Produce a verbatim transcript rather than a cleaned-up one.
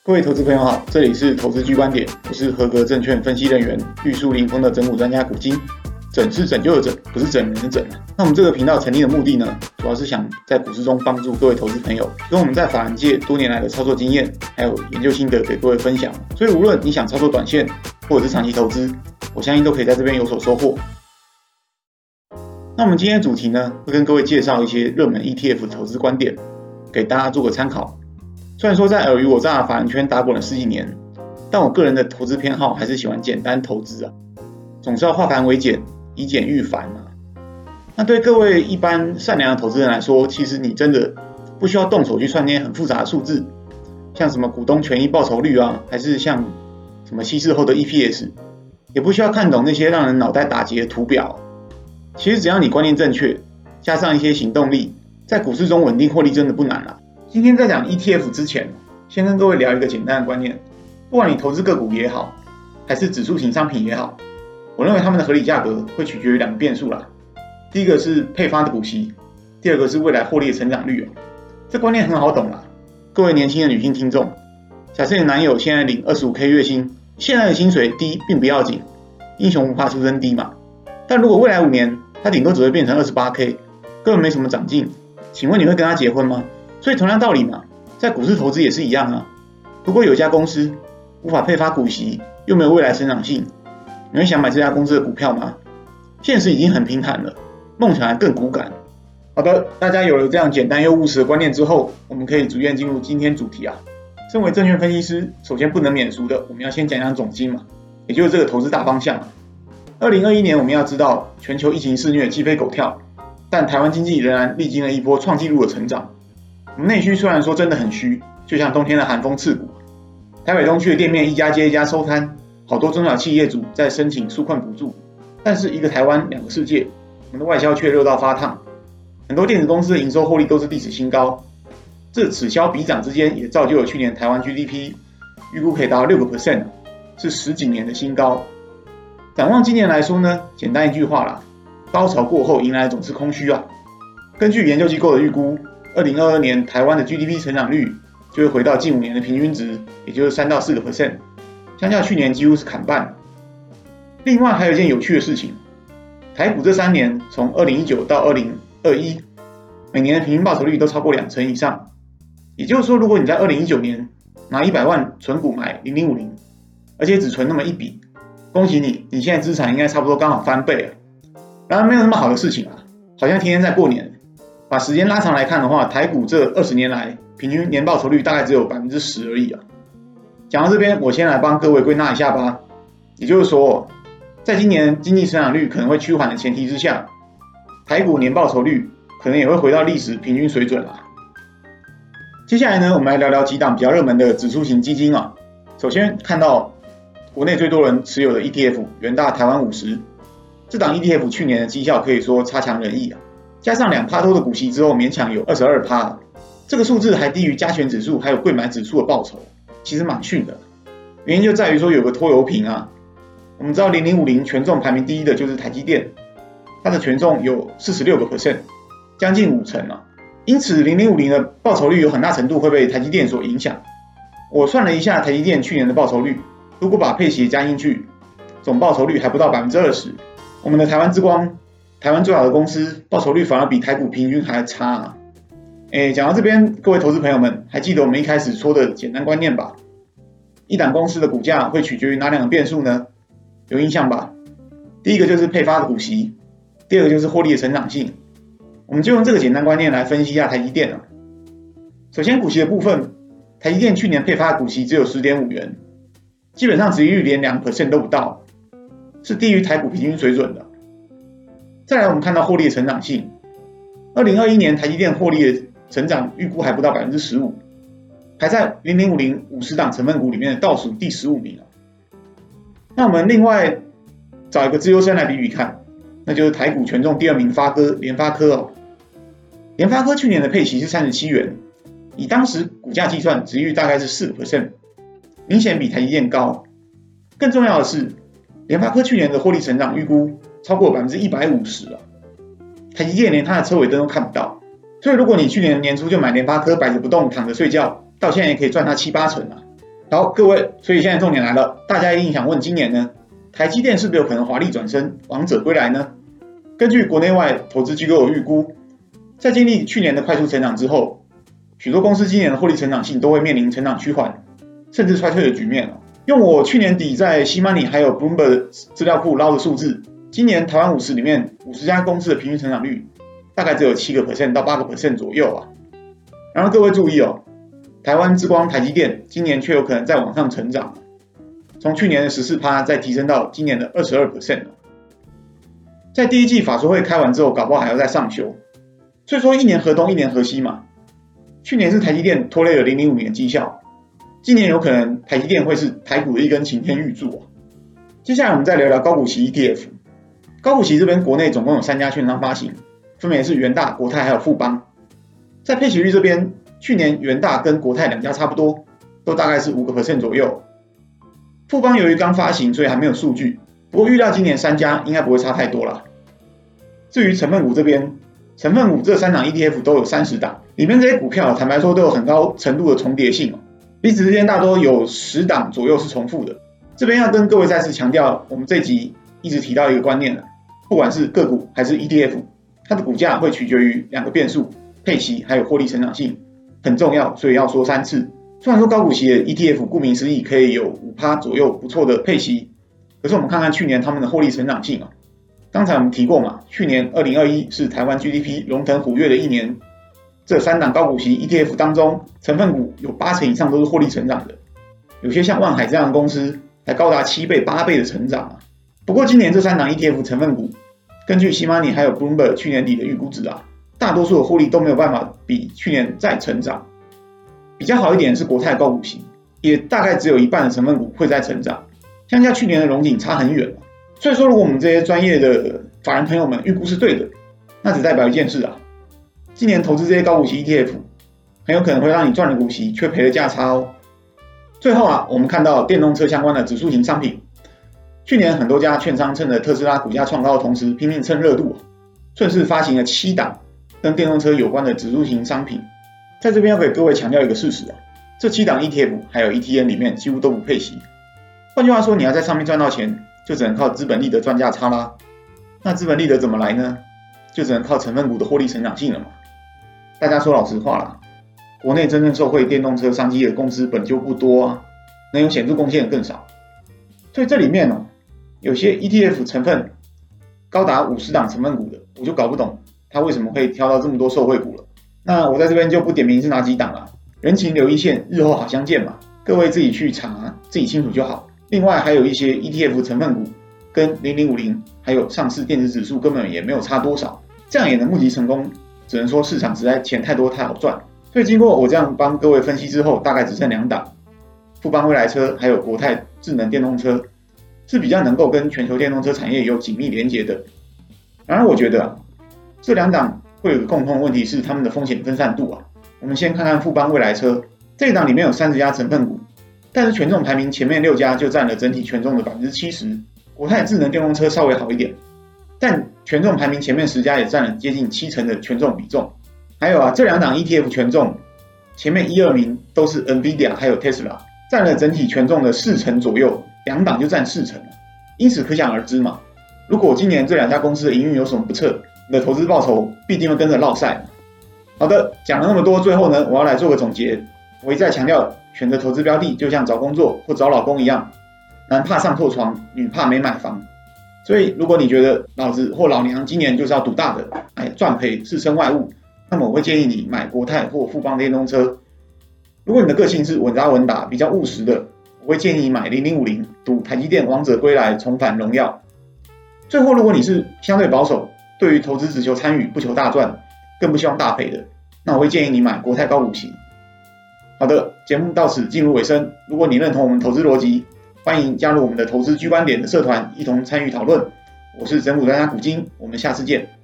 各位投资朋友好，这里是投资 G 观点，我是合格证券分析人员、玉树临风的整股专家古今。整是拯救的整，不是整人的整。那我们这个频道成立的目的呢，主要是想在股市中帮助各位投资朋友，用我们在法人界多年来的操作经验，还有研究心得给各位分享。所以无论你想操作短线，或者是长期投资，我相信都可以在这边有所收获。那我们今天的主题呢，会跟各位介绍一些热门 E T F 投资观点，给大家做个参考。虽然说在尔虞我诈的法人圈打滚了十几年，但我个人的投资偏好还是喜欢简单投资啊，总是要化繁为简，以简驭繁啊。那对各位一般善良的投资人来说，其实你真的不需要动手去算那些很复杂的数字，像什么股东权益报酬率啊，还是像什么稀释后的 E P S， 也不需要看懂那些让人脑袋打结的图表。其实只要你观念正确，加上一些行动力，在股市中稳定获利真的不难啦。今天在讲 E T F 之前，先跟各位聊一个简单的观念，不管你投资个股也好，还是指数型商品也好，我认为他们的合理价格会取决于两个变数啦。第一个是配发的股息，第二个是未来获利的成长率。这观念很好懂啦。各位年轻的女性听众，假设你男友现在领 二十五K 月薪，现在的薪水低并不要紧，英雄不怕出身低嘛。但如果未来五年他顶多只会变成 二十八K， 根本没什么长进，请问你会跟他结婚吗？所以同样道理嘛，在股市投资也是一样啊。如果有家公司无法配发股息，又没有未来成长性，你会想买这家公司的股票吗？现实已经很平坦了，梦想还更骨感。好的，大家有了这样简单又务实的观念之后，我们可以逐渐进入今天主题啊。身为证券分析师，首先不能免俗的，我们要先讲讲总经嘛，也就是这个投资大方向啊。二零二一年我们要知道，全球疫情肆虐，鸡飞狗跳，但台湾经济仍然历经了一波创纪录的成长。我们内需虽然说真的很虚，就像冬天的寒风刺骨，台北东区的店面一家接一家收摊，好多中小企业主在申请纾困补助，但是一个台湾两个世界，我们的外销却热到发烫，很多电子公司的营收获利都是历史新高，这此消彼长之间也造就了去年台湾 G D P 预估可以达到 百分之六， 是十几年的新高。展望今年来说呢，简单一句话啦，高潮过后迎来的总是空虚啊。根据研究机构的预估，二零二二年台湾的 G D P 成长率就会回到近五年的平均值，也就是 百分之三到四， 相较去年几乎是砍半。另外还有一件有趣的事情，台股这三年从二零一九到二零二一，每年的平均报酬率都超过两成以上。也就是说，如果你在二零一九年拿一百万存股买零零五零，而且只存那么一笔，恭喜你，你现在资产应该差不多刚好翻倍了。然而没有那么好的事情啊，好像天天在过年。把时间拉长来看的话，台股这二十年来平均年报酬率大概只有 百分之十 而已啊。讲到这边，我先来帮各位归纳一下吧。也就是说，在今年经济成长率可能会趋缓的前提之下，台股年报酬率可能也会回到历史平均水准啦。接下来呢，我们来聊聊几档比较热门的指数型基金啊。首先看到国内最多人持有的 E T F 元大台湾五十，这档 E T F 去年的绩效可以说差强人意啊。加上 百分之二 多的股息之后，勉强有 百分之二十二， 这个数字还低于加权指数还有贵买指数的报酬，其实蛮逊的。原因就在于说有个拖油瓶啊。我们知道零零五零权重排名第一的就是台积电，它的权重有 百分之四十六， 将近五成啊。因此零零五零的报酬率有很大程度会被台积电所影响。我算了一下台积电去年的报酬率，如果把配息加进去，总报酬率还不到 百分之二十。 我们的台湾之光，台湾最好的公司报酬率反而比台股平均还差啊。诶，讲到这边，各位投资朋友们，还记得我们一开始说的简单观念吧？一档公司的股价会取决于哪两个变数呢？有印象吧？第一个就是配发的股息，第二个就是获利的成长性。我们就用这个简单观念来分析一下台积电啊。首先股息的部分，台积电去年配发的股息只有 十点五元，基本上殖利率连 百分之二 都不到，是低于台股平均水准的。再来我们看到获利的成长性，二零二一年台积电获利的成长预估还不到 百分之十五， 排在零零五零五十档成分股里面的倒数第十五名。那我们另外找一个资优生来比比看，那就是台股权重第二名发科联发科哦。联发科去年的配息是三十七元，以当时股价计算，殖利率大概是 百分之四， 明显比台积电高。更重要的是，联发科去年的获利成长预估超过 百分之一百五十 啊，台积电连它的车尾灯都看不到。所以如果你去年年初就买联发科摆着不动躺着睡觉，到现在也可以赚它七八成啊。 好，各位，所以现在重点来了，大家一定想问，今年呢，台积电是不是有可能华丽转身，王者归来呢？根据国内外投资机构的预估，在经历去年的快速成长之后，许多公司今年的获利成长性都会面临成长趋缓，甚至衰退的局面。用我去年底在 C-Money 还有 Bloomberg 资料库捞的数字，今年台湾五十里面五十家公司的平均成长率大概只有百分之七 到百分之八 左右啊。然而各位注意哦，台湾之光台积电今年却有可能再往上成长，从去年的 百分之十四 再提升到今年的 百分之二十二。在第一季法说会开完之后，搞不好还要再上修。所以说一年河东一年河西嘛，去年是台积电拖累了零零五零的绩效，今年有可能台积电会是台股的一根擎天玉柱啊。接下来我们再聊聊高股息 E T F。高股息这边国内总共有三家券商发行，分别是元大、国泰还有富邦。在配息率这边，去年元大跟国泰两家差不多，都大概是 百分之五 左右。富邦由于刚发行，所以还没有数据，不过预料今年三家应该不会差太多啦。至于成分股这边，成分股这三档 E T F 都有三十档，里面这些股票坦白说都有很高程度的重叠性，彼此之间大多有十档左右是重复的。这边要跟各位再次强调，我们这集一直提到一个观念，不管是个股还是 E T F， 它的股价会取决于两个变数，配息还有获利成长性，很重要，所以要说三次。虽然说高股息的 E T F 顾名思义可以有 百分之五 左右不错的配息，可是我们看看去年他们的获利成长性啊，刚才我们提过嘛，去年二零二一是台湾 G D P 龙腾虎跃的一年，这三档高股息 E T F 当中，成分股有八成以上都是获利成长的，有些像万海这样的公司还高达七倍、八倍的成长啊。不过今年这三档 E T F 成分股，根据 C-Money 还有 Bloomberg 去年底的预估值啊，大多数的获利都没有办法比去年再成长。比较好一点是国泰高股息，也大概只有一半的成分股会再成长，相较去年的荣景差很远。所以说，如果我们这些专业的法人朋友们预估是对的，那只代表一件事啊，今年投资这些高股息 E T F， 很有可能会让你赚了股息，却赔了价差哦。最后啊，我们看到电动车相关的指数型商品，去年很多家券商趁着特斯拉股价创高的同时，拼命蹭热度，顺势发行了七档跟电动车有关的指数型商品。在这边要给各位强调一个事实啊，这七档 E T F 还有 E T N 里面几乎都不配息。换句话说，你要在上面赚到钱，就只能靠资本利得赚价差啦。那资本利得怎么来呢？就只能靠成分股的获利成长性了嘛。大家说老实话啦，国内真正受惠电动车商机的公司本就不多啊，能有显著贡献的更少。所以这里面呢、哦，有些 E T F 成分高达五十档成分股的，我就搞不懂它为什么会挑到这么多受惠股了。那我在这边就不点名是哪几档了，人情留一线，日后好相见嘛，各位自己去查，自己清楚就好。另外还有一些 E T F 成分股跟零零五零还有上市电子指数根本也没有差多少，这样也能募集成功，只能说市场实在钱太多太好赚。所以经过我这样帮各位分析之后，大概只剩两档，富邦未来车还有国泰智能电动车是比较能够跟全球电动车产业有紧密连结的。然而我觉得、啊、这两档会有个共同的问题是他们的风险分散度啊。我们先看看富邦未来车，这一档里面有三十家成分股，但是权重排名前面六家就占了整体权重的 百分之七十。国泰智能电动车稍微好一点，但权重排名前面十家也占了接近七成的权重比重。还有啊，这两档 E T F 权重前面一二名都是 Nvidia 还有 Tesla， 占了整体权重的四成左右，两档就占四成了。因此可想而知嘛，如果今年这两家公司的营运有什么不测，你的投资报酬必定会跟着落赛。好的，讲了那么多，最后呢，我要来做个总结。我一再强调，选择投资标的就像找工作或找老公一样，男怕上错床，女怕没买房。所以如果你觉得老子或老娘今年就是要赌大的，哎，赚赔是身外物，那么我会建议你买国泰或富邦电动车。如果你的个性是稳扎稳打比较务实的，我会建议你买零零五零，赌台积电王者归来重返荣耀。最后如果你是相对保守，对于投资只求参与不求大赚，更不希望大赔的，那我会建议你买国泰高股息。好的，节目到此进入尾声。如果你认同我们投资逻辑，欢迎加入我们的投资G观点的社团，一同参与讨论。我是整股专家古今，我们下次见。